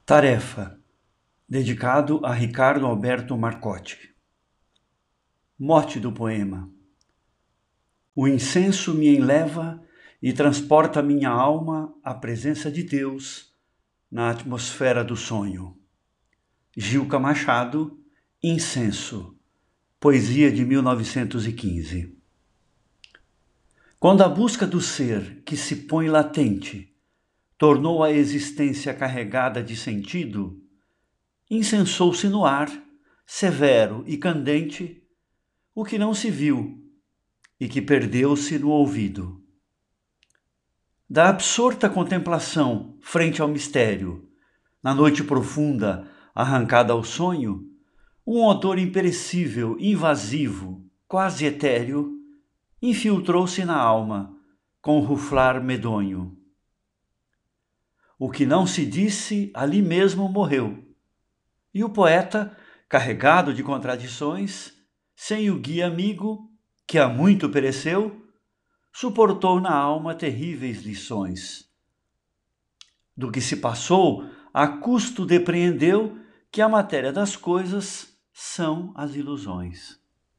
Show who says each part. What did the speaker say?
Speaker 1: Tarefa, dedicado a Ricardo Alberto Marcotti. Mote do poema. O incenso me enleva e transporta minha alma à presença de Deus na atmosfera do sonho. Gilca Machado, Incenso, poesia de 1915. Quando a busca do ser que se põe latente tornou a existência carregada de sentido, incensou-se no ar, severo e candente, o que não se viu e que perdeu-se no ouvido. Da absorta contemplação frente ao mistério, na noite profunda arrancada ao sonho, um odor imperecível, invasivo, quase etéreo, infiltrou-se na alma com ruflar medonho. O que não se disse ali mesmo morreu, e o poeta, carregado de contradições, sem o guia amigo, que há muito pereceu, suportou na alma terríveis lições. Do que se passou, a custo depreendeu que a matéria das coisas são as ilusões.